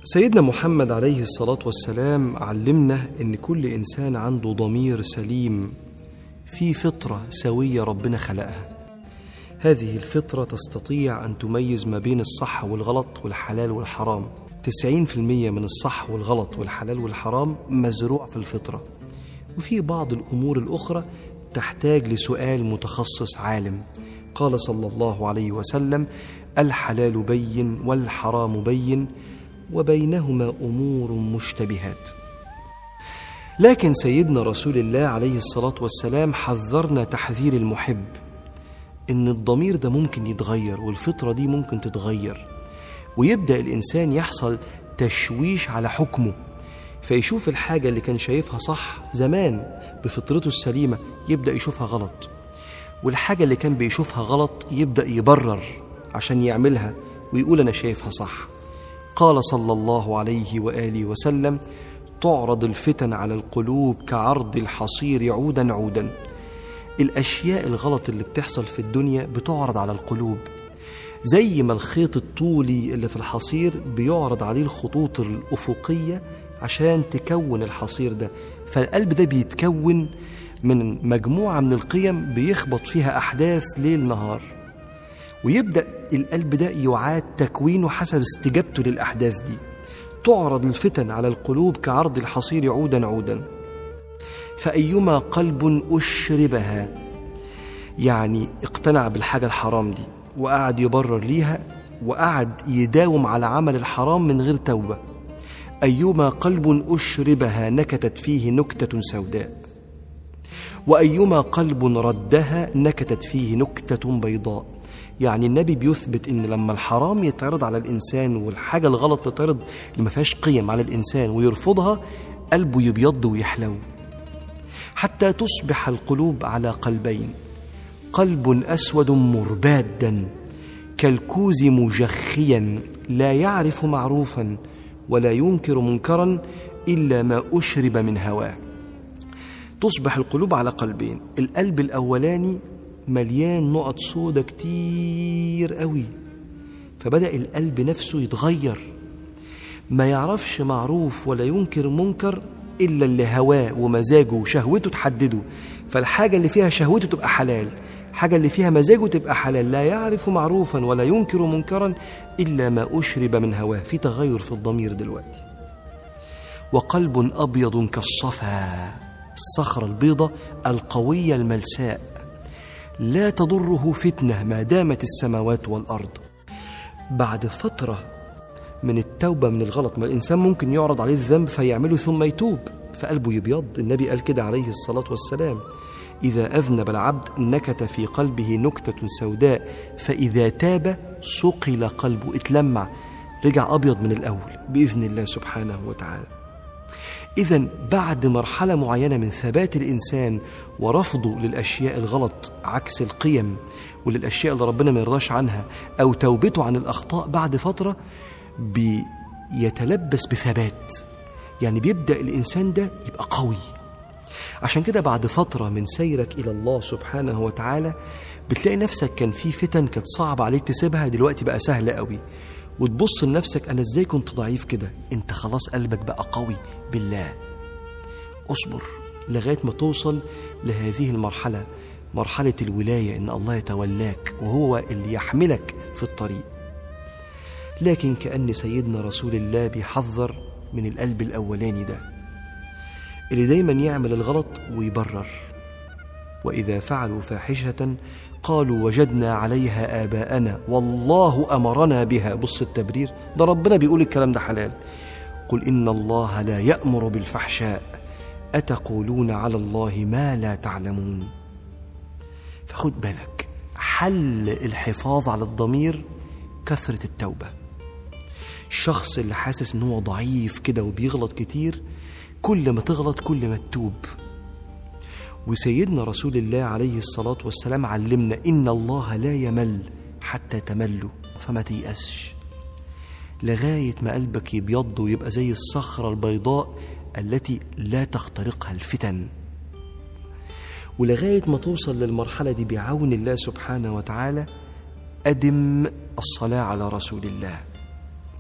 سيدنا محمد عليه الصلاة والسلام علمنا إن كل إنسان عنده ضمير سليم، في فطرة سوية ربنا خلقها. هذه الفطرة تستطيع أن تميز ما بين الصح والغلط والحلال والحرام. 90% من الصح والغلط والحلال والحرام مزروع في الفطرة، وفي بعض الأمور الأخرى تحتاج لسؤال متخصص عالم. قال صلى الله عليه وسلم: الحلال بين والحرام بين وبينهما أمور مشتبهات. لكن سيدنا رسول الله عليه الصلاة والسلام حذرنا تحذير المحب، إن الضمير ده ممكن يتغير والفطرة دي ممكن تتغير، ويبدأ الإنسان يحصل تشويش على حكمه، فيشوف الحاجة اللي كان شايفها صح زمان بفطرته السليمة يبدأ يشوفها غلط، والحاجة اللي كان بيشوفها غلط يبدأ يبرر عشان يعملها ويقول أنا شايفها صح. قال صلى الله عليه وآله وسلم: تعرض الفتن على القلوب كعرض الحصير عودا عودا. الأشياء الغلط اللي بتحصل في الدنيا بتعرض على القلوب، زي ما الخيط الطولي اللي في الحصير بيعرض عليه الخطوط الأفقية عشان تكون الحصير ده، فالقلب ده بيتكون من مجموعة من القيم بيخبط فيها أحداث ليل نهار، ويبدأ القلب ده يعاد تكوينه حسب استجابته للأحداث دي. تعرض الفتن على القلوب كعرض الحصير عودا عودا، فأيما قلب أشربها، يعني اقتنع بالحاجة الحرام دي وقعد يبرر ليها وقعد يداوم على عمل الحرام من غير توبة، أيما قلب أشربها نكتت فيه نكتة سوداء، وأيما قلب ردها نكتت فيه نكتة بيضاء. يعني النبي بيثبت إن لما الحرام يتعرض على الإنسان والحاجة الغلط تتعرض اللي ما فيهاش قيم على الإنسان ويرفضها، قلبه يبيض ويحلو، حتى تصبح القلوب على قلبين: قلب أسود مربادا كالكوز مجخيا لا يعرف معروفا ولا ينكر منكرا إلا ما أشرب من هواه. تصبح القلوب على قلبين، القلب الأولاني مليان نقط سودة كتير قوي، فبدأ القلب نفسه يتغير، ما يعرفش معروف ولا ينكر منكر إلا اللي هواه ومزاجه وشهوته تحدده، فالحاجة اللي فيها شهوته تبقى حلال، الحاجة اللي فيها مزاجه تبقى حلال. لا يعرف معروفا ولا ينكر منكرا إلا ما أشرب من هواه. في تغير في الضمير دلوقتي. وقلب أبيض كالصفا، الصخرة البيضة القوية الملساء، لا تضره فتنة ما دامت السماوات والأرض. بعد فترة من التوبة من الغلط، ما الإنسان ممكن يعرض عليه الذنب فيعمله ثم يتوب فقلبه يبيض. النبي قال كده عليه الصلاة والسلام: إذا أذنب العبد نكت في قلبه نكتة سوداء، فإذا تاب صقل قلبه، اتلمع، رجع أبيض من الأول بإذن الله سبحانه وتعالى. إذن بعد مرحلة معينة من ثبات الإنسان ورفضه للأشياء الغلط عكس القيم وللأشياء اللي ربنا ما يرضاش عنها، أو توبته عن الأخطاء، بعد فترة بيتلبس بثبات، يعني بيبدأ الإنسان ده يبقى قوي. عشان كده بعد فترة من سيرك إلى الله سبحانه وتعالى بتلاقي نفسك كان في فتن كانت صعب عليك تسيبها، دلوقتي بقى سهلة قوي، وتبص لنفسك: أنا إزاي كنت ضعيف كده؟ أنت خلاص قلبك بقى قوي بالله. أصبر لغاية ما توصل لهذه المرحلة، مرحلة الولاية، إن الله يتولاك وهو اللي يحملك في الطريق. لكن كأن سيدنا رسول الله بيحذر من القلب الأولاني ده اللي دايما يعمل الغلط ويبرر. وإذا فعلوا فاحشة قالوا وجدنا عليها آباءنا والله أمرنا بها. بص التبرير ده، ربنا بيقول الكلام ده حلال. قل إن الله لا يأمر بالفحشاء أتقولون على الله ما لا تعلمون. فخد بالك، حل الحفاظ على الضمير كثرة التوبة. الشخص اللي حاسس إنه ضعيف كده وبيغلط كتير، كل ما تغلط كل ما تتوب. وسيدنا رسول الله عليه الصلاة والسلام علمنا: إن الله لا يمل حتى تملوا، فما تيأسش لغاية ما قلبك يبيض ويبقى زي الصخرة البيضاء التي لا تخترقها الفتن، ولغاية ما توصل للمرحلة دي بعون الله سبحانه وتعالى. أدم الصلاة على رسول الله،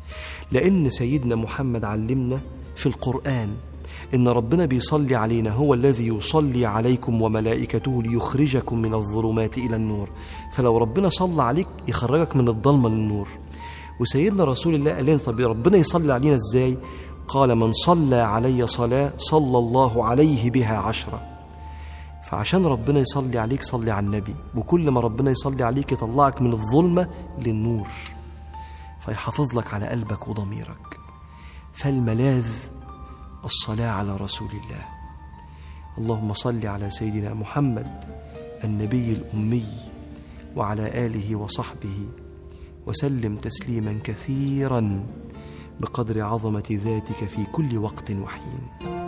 لأن سيدنا محمد علمنا في القرآن إن ربنا بيصلي علينا، هو الذي يصلي عليكم وملائكته ليخرجكم من الظلمات إلى النور. فلو ربنا صلى عليك يخرجك من الظلمة للنور. وسيدنا رسول الله قال لنا طب ربنا يصلي علينا إزاي؟ قال من صلى علي صلاة صلى الله عليه بها 10. فعشان ربنا يصلي عليك صلي على النبي، وكل ما ربنا يصلي عليك يطلعك من الظلمة للنور، فيحافظ لك على قلبك وضميرك. فالملاذ الصلاة على رسول الله. اللهم صل على سيدنا محمد النبي الأمي وعلى آله وصحبه وسلم تسليما كثيرا بقدر عظمة ذاتك في كل وقت وحين.